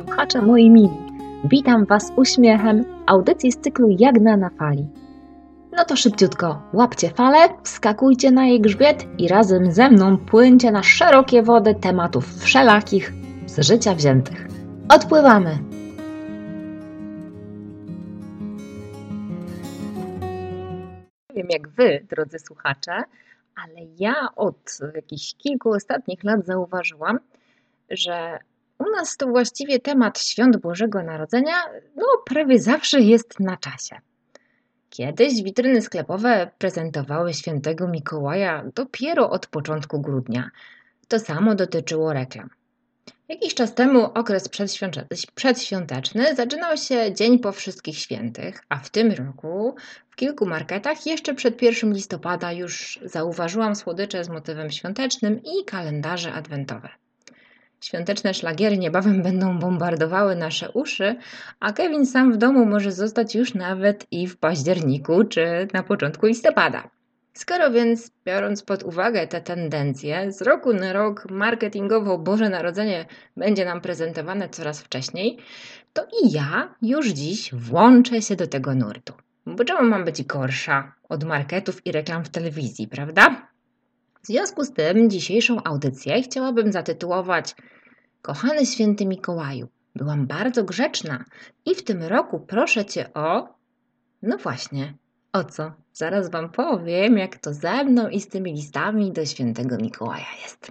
słuchacze moi mili. Witam Was uśmiechem audycji z cyklu Jagna na fali. No to szybciutko, łapcie falę, wskakujcie na jej grzbiet i razem ze mną płyńcie na szerokie wody tematów wszelakich z życia wziętych. Odpływamy! Nie wiem jak Wy, drodzy słuchacze, ale ja od jakichś kilku ostatnich lat zauważyłam, że u nas to właściwie temat Świąt Bożego Narodzenia prawie zawsze jest na czasie. Kiedyś witryny sklepowe prezentowały Świętego Mikołaja dopiero od początku grudnia. To samo dotyczyło reklam. Jakiś czas temu okres przedświąteczny zaczynał się dzień po Wszystkich Świętych, a w tym roku w kilku marketach jeszcze przed 1 listopada już zauważyłam słodycze z motywem świątecznym i kalendarze adwentowe. Świąteczne szlagiery niebawem będą bombardowały nasze uszy, a Kevin sam w domu może zostać już nawet i w październiku czy na początku listopada. Skoro więc, biorąc pod uwagę te tendencje, z roku na rok marketingowo Boże Narodzenie będzie nam prezentowane coraz wcześniej, to i ja już dziś włączę się do tego nurtu. Bo czemu mam być gorsza od marketów i reklam w telewizji, prawda? W związku z tym dzisiejszą audycję chciałabym zatytułować Kochany Święty Mikołaju, byłam bardzo grzeczna i w tym roku proszę Cię o... No właśnie, o co? Zaraz Wam powiem, jak to ze mną i z tymi listami do Świętego Mikołaja jest.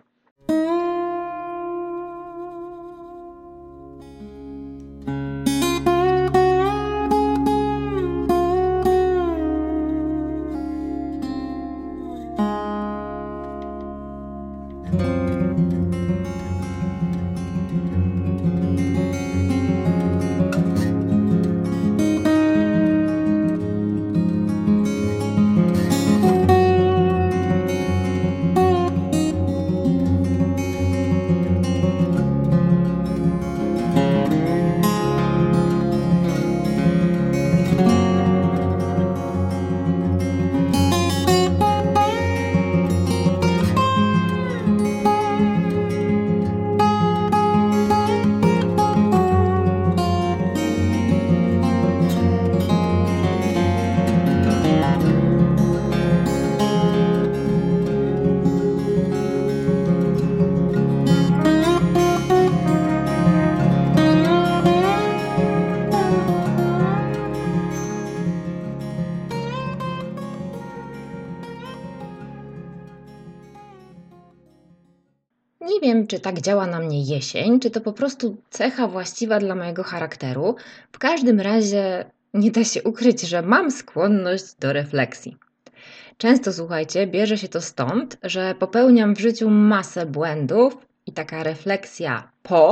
Nie wiem, czy tak działa na mnie jesień, czy to po prostu cecha właściwa dla mojego charakteru. W każdym razie nie da się ukryć, że mam skłonność do refleksji. Często, słuchajcie, bierze się to stąd, że popełniam w życiu masę błędów i taka refleksja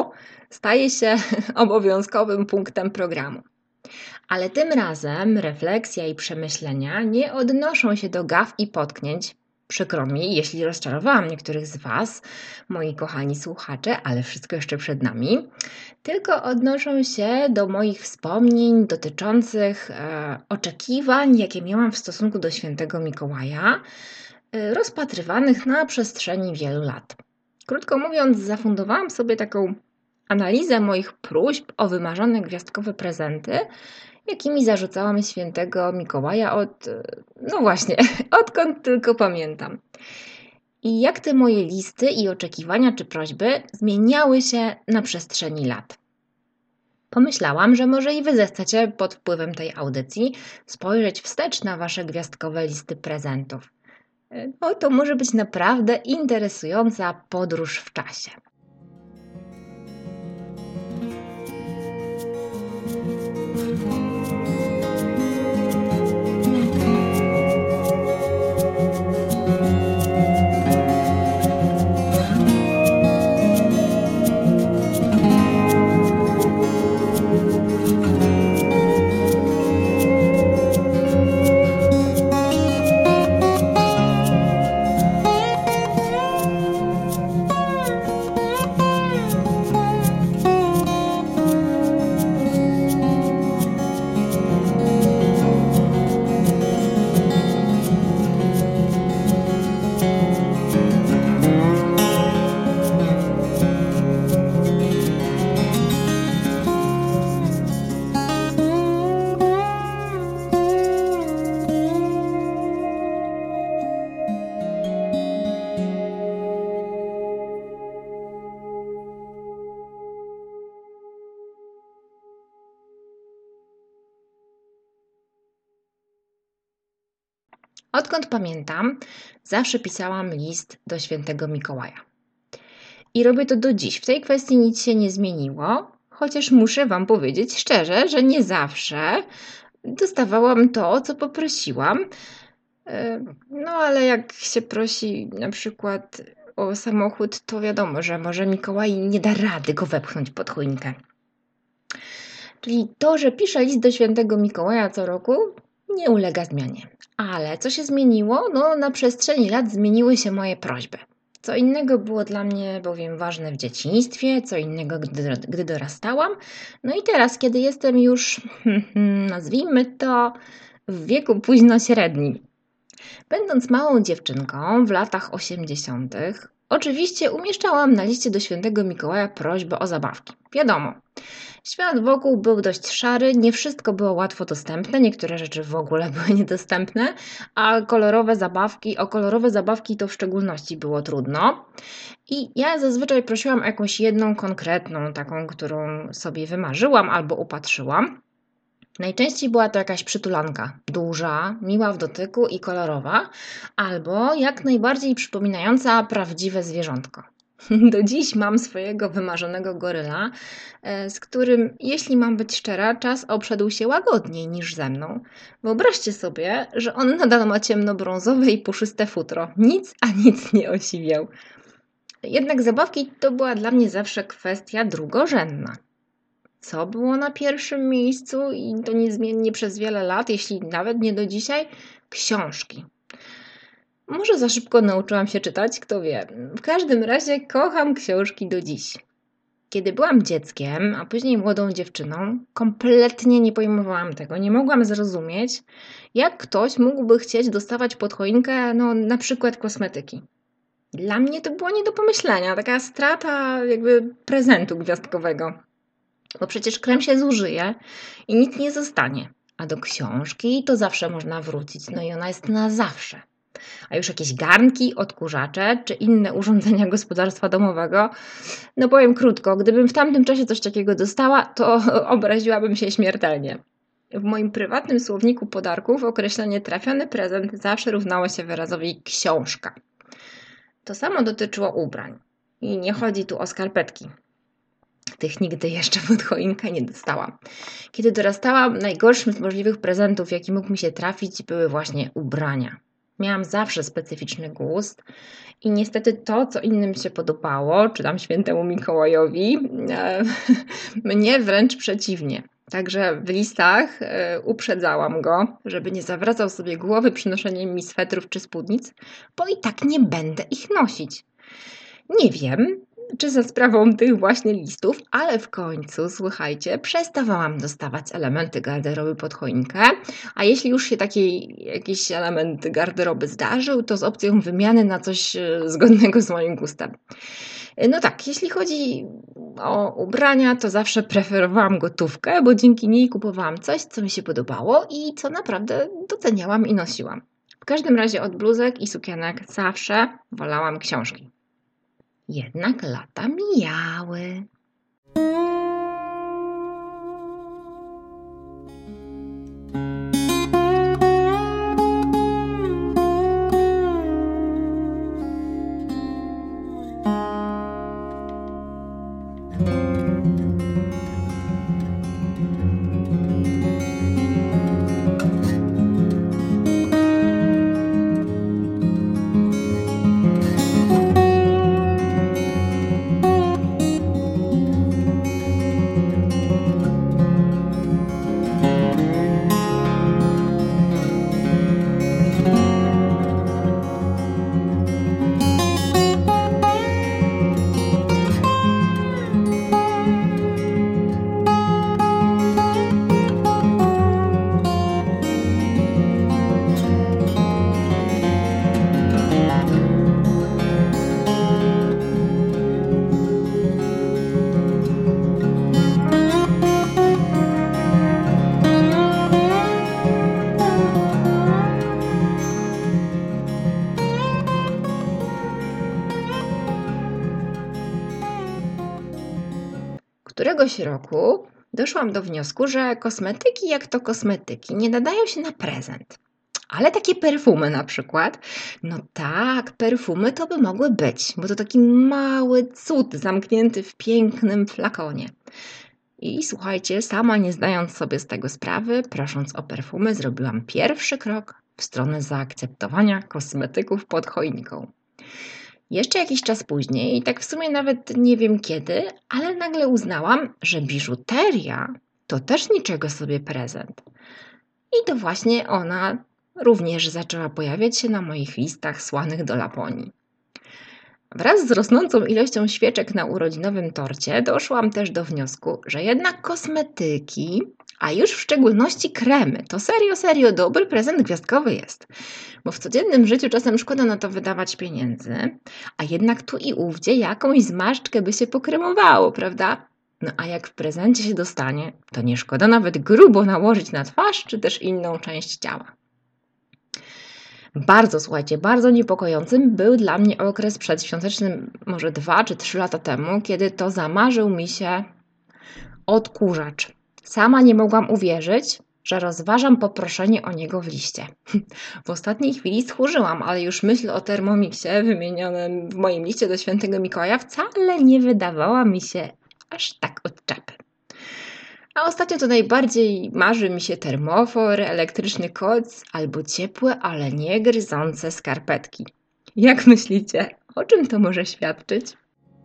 staje się obowiązkowym punktem programu. Ale tym razem refleksja i przemyślenia nie odnoszą się do gaf i potknięć. Przykro mi, jeśli rozczarowałam niektórych z Was, moi kochani słuchacze, ale wszystko jeszcze przed nami, tylko odnoszą się do moich wspomnień dotyczących oczekiwań, jakie miałam w stosunku do Świętego Mikołaja, rozpatrywanych na przestrzeni wielu lat. Krótko mówiąc, zafundowałam sobie taką analizę moich próśb o wymarzone gwiazdkowe prezenty, jakimi zarzucałam Świętego Mikołaja odkąd tylko pamiętam. I jak te moje listy i oczekiwania czy prośby zmieniały się na przestrzeni lat. Pomyślałam, że może i Wy zechcecie pod wpływem tej audycji spojrzeć wstecz na Wasze gwiazdkowe listy prezentów. To może być naprawdę interesująca podróż w czasie. Odkąd pamiętam, zawsze pisałam list do świętego Mikołaja. I robię to do dziś. W tej kwestii nic się nie zmieniło, chociaż muszę Wam powiedzieć szczerze, że nie zawsze dostawałam to, o co poprosiłam. No ale jak się prosi na przykład o samochód, to wiadomo, że może Mikołaj nie da rady go wepchnąć pod choinkę. Czyli to, że piszę list do świętego Mikołaja co roku, nie ulega zmianie. Ale co się zmieniło? No na przestrzeni lat zmieniły się moje prośby. Co innego było dla mnie bowiem ważne w dzieciństwie, co innego, gdy dorastałam. No i teraz, kiedy jestem już, nazwijmy to, w wieku późnośrednim. Będąc małą dziewczynką w latach 80., oczywiście umieszczałam na liście do świętego Mikołaja prośbę o zabawki. Wiadomo, świat wokół był dość szary, nie wszystko było łatwo dostępne, niektóre rzeczy w ogóle były niedostępne, a o kolorowe zabawki to w szczególności było trudno. I ja zazwyczaj prosiłam o jakąś jedną konkretną, taką, którą sobie wymarzyłam albo upatrzyłam. Najczęściej była to jakaś przytulanka, duża, miła w dotyku i kolorowa, albo jak najbardziej przypominająca prawdziwe zwierzątko. Do dziś mam swojego wymarzonego goryla, z którym, jeśli mam być szczera, czas obszedł się łagodniej niż ze mną. Wyobraźcie sobie, że on nadal ma ciemnobrązowe i puszyste futro. Nic a nic nie osiwiał. Jednak zabawki to była dla mnie zawsze kwestia drugorzędna. Co było na pierwszym miejscu i to niezmiennie przez wiele lat, jeśli nawet nie do dzisiaj? Książki. Może za szybko nauczyłam się czytać, kto wie. W każdym razie kocham książki do dziś. Kiedy byłam dzieckiem, a później młodą dziewczyną, kompletnie nie pojmowałam tego. Nie mogłam zrozumieć, jak ktoś mógłby chcieć dostawać pod choinkę, na przykład kosmetyki. Dla mnie to było nie do pomyślenia, taka strata jakby prezentu gwiazdkowego. Bo przecież krem się zużyje i nic nie zostanie. A do książki to zawsze można wrócić, no i ona jest na zawsze. A już jakieś garnki, odkurzacze czy inne urządzenia gospodarstwa domowego, no powiem krótko, gdybym w tamtym czasie coś takiego dostała, to obraziłabym się śmiertelnie. W moim prywatnym słowniku podarków określenie trafiony prezent zawsze równało się wyrazowi książka. To samo dotyczyło ubrań. I nie chodzi tu o skarpetki. Tych nigdy jeszcze pod choinkę nie dostałam. Kiedy dorastałam, najgorszym z możliwych prezentów, jaki mógł mi się trafić, były właśnie ubrania. Miałam zawsze specyficzny gust i niestety to, co innym się podobało, czy tam świętemu Mikołajowi, mnie wręcz przeciwnie. Także w listach uprzedzałam go, żeby nie zawracał sobie głowy przynoszeniem mi swetrów czy spódnic, bo i tak nie będę ich nosić. Nie wiem, czy za sprawą tych właśnie listów, ale w końcu, słuchajcie, przestawałam dostawać elementy garderoby pod choinkę, a jeśli już się taki jakiś element garderoby zdarzył, to z opcją wymiany na coś zgodnego z moim gustem. No tak, jeśli chodzi o ubrania, to zawsze preferowałam gotówkę, bo dzięki niej kupowałam coś, co mi się podobało i co naprawdę doceniałam i nosiłam. W każdym razie od bluzek i sukienek zawsze wolałam książki. Jednak lata mijały. Któregoś roku doszłam do wniosku, że kosmetyki jak to kosmetyki nie nadają się na prezent. Ale takie perfumy na przykład, no tak, perfumy to by mogły być, bo to taki mały cud zamknięty w pięknym flakonie. I słuchajcie, sama nie zdając sobie z tego sprawy, prosząc o perfumy, zrobiłam pierwszy krok w stronę zaakceptowania kosmetyków pod choinką. Jeszcze jakiś czas później, tak w sumie nawet nie wiem kiedy, ale nagle uznałam, że biżuteria to też niczego sobie prezent. I to właśnie ona również zaczęła pojawiać się na moich listach słanych do Laponii. Wraz z rosnącą ilością świeczek na urodzinowym torcie doszłam też do wniosku, że jednak kosmetyki, a już w szczególności kremy, to serio dobry prezent gwiazdkowy jest. Bo w codziennym życiu czasem szkoda na to wydawać pieniędzy, a jednak tu i ówdzie jakąś zmarszczkę by się pokremowało, prawda? No a jak w prezencie się dostanie, to nie szkoda nawet grubo nałożyć na twarz, czy też inną część ciała. Słuchajcie, bardzo niepokojącym był dla mnie okres przedświąteczny, może 2 czy 3 lata temu, kiedy to zamarzył mi się odkurzacz. Sama nie mogłam uwierzyć, że rozważam poproszenie o niego w liście. W ostatniej chwili stchórzyłam, ale już myśl o Thermomixie wymienionym w moim liście do świętego Mikołaja wcale nie wydawała mi się aż tak od czapy. A ostatnio to najbardziej marzy mi się termofor, elektryczny koc albo ciepłe, ale nie gryzące skarpetki. Jak myślicie, o czym to może świadczyć?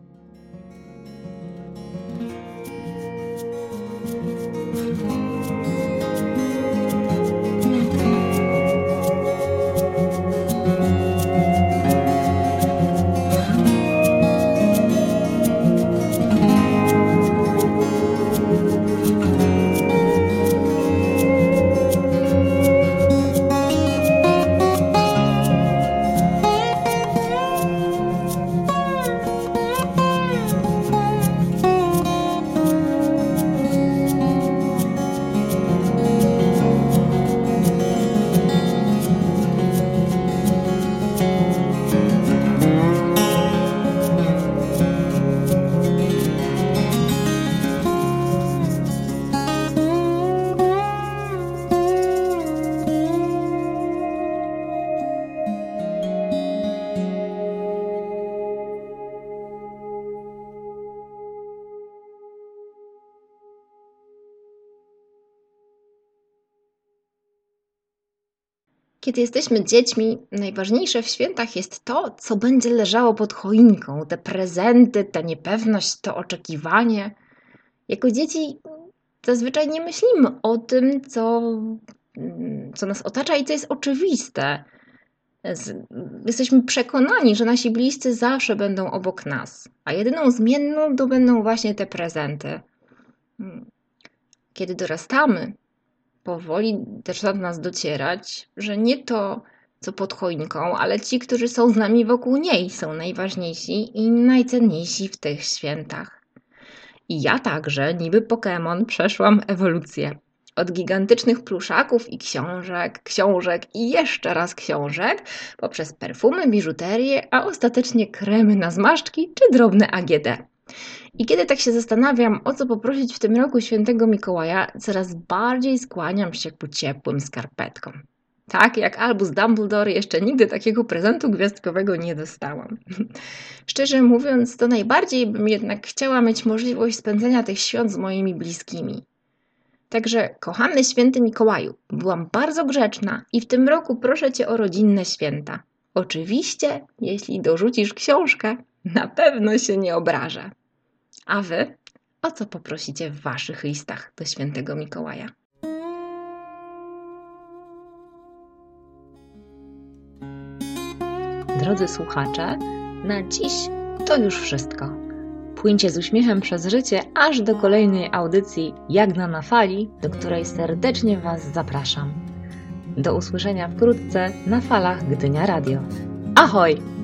Kiedy jesteśmy dziećmi, najważniejsze w świętach jest to, co będzie leżało pod choinką. Te prezenty, ta niepewność, to oczekiwanie. Jako dzieci zazwyczaj nie myślimy o tym, co nas otacza i co jest oczywiste. Jesteśmy przekonani, że nasi bliscy zawsze będą obok nas, a jedyną zmienną to będą właśnie te prezenty. Kiedy dorastamy, powoli zaczyna do nas docierać, że nie to, co pod choinką, ale ci, którzy są z nami wokół niej, są najważniejsi i najcenniejsi w tych świętach. I ja także, niby Pokémon, przeszłam ewolucję. Od gigantycznych pluszaków i książek i jeszcze raz książek, poprzez perfumy, biżuterię, a ostatecznie kremy na zmarszczki czy drobne AGD. I kiedy tak się zastanawiam, o co poprosić w tym roku świętego Mikołaja, coraz bardziej skłaniam się ku ciepłym skarpetkom. Tak, jak Albus Dumbledore, jeszcze nigdy takiego prezentu gwiazdkowego nie dostałam. Szczerze mówiąc, to najbardziej bym jednak chciała mieć możliwość spędzenia tych świąt z moimi bliskimi. Także, kochany święty Mikołaju, byłam bardzo grzeczna i w tym roku proszę Cię o rodzinne święta. Oczywiście, jeśli dorzucisz książkę, na pewno się nie obrażę. A Wy? O co poprosicie w Waszych listach do świętego Mikołaja? Drodzy słuchacze, na dziś to już wszystko. Płyńcie z uśmiechem przez życie aż do kolejnej audycji Jagna na fali, do której serdecznie Was zapraszam. Do usłyszenia wkrótce na falach Gdynia Radio. Ahoj!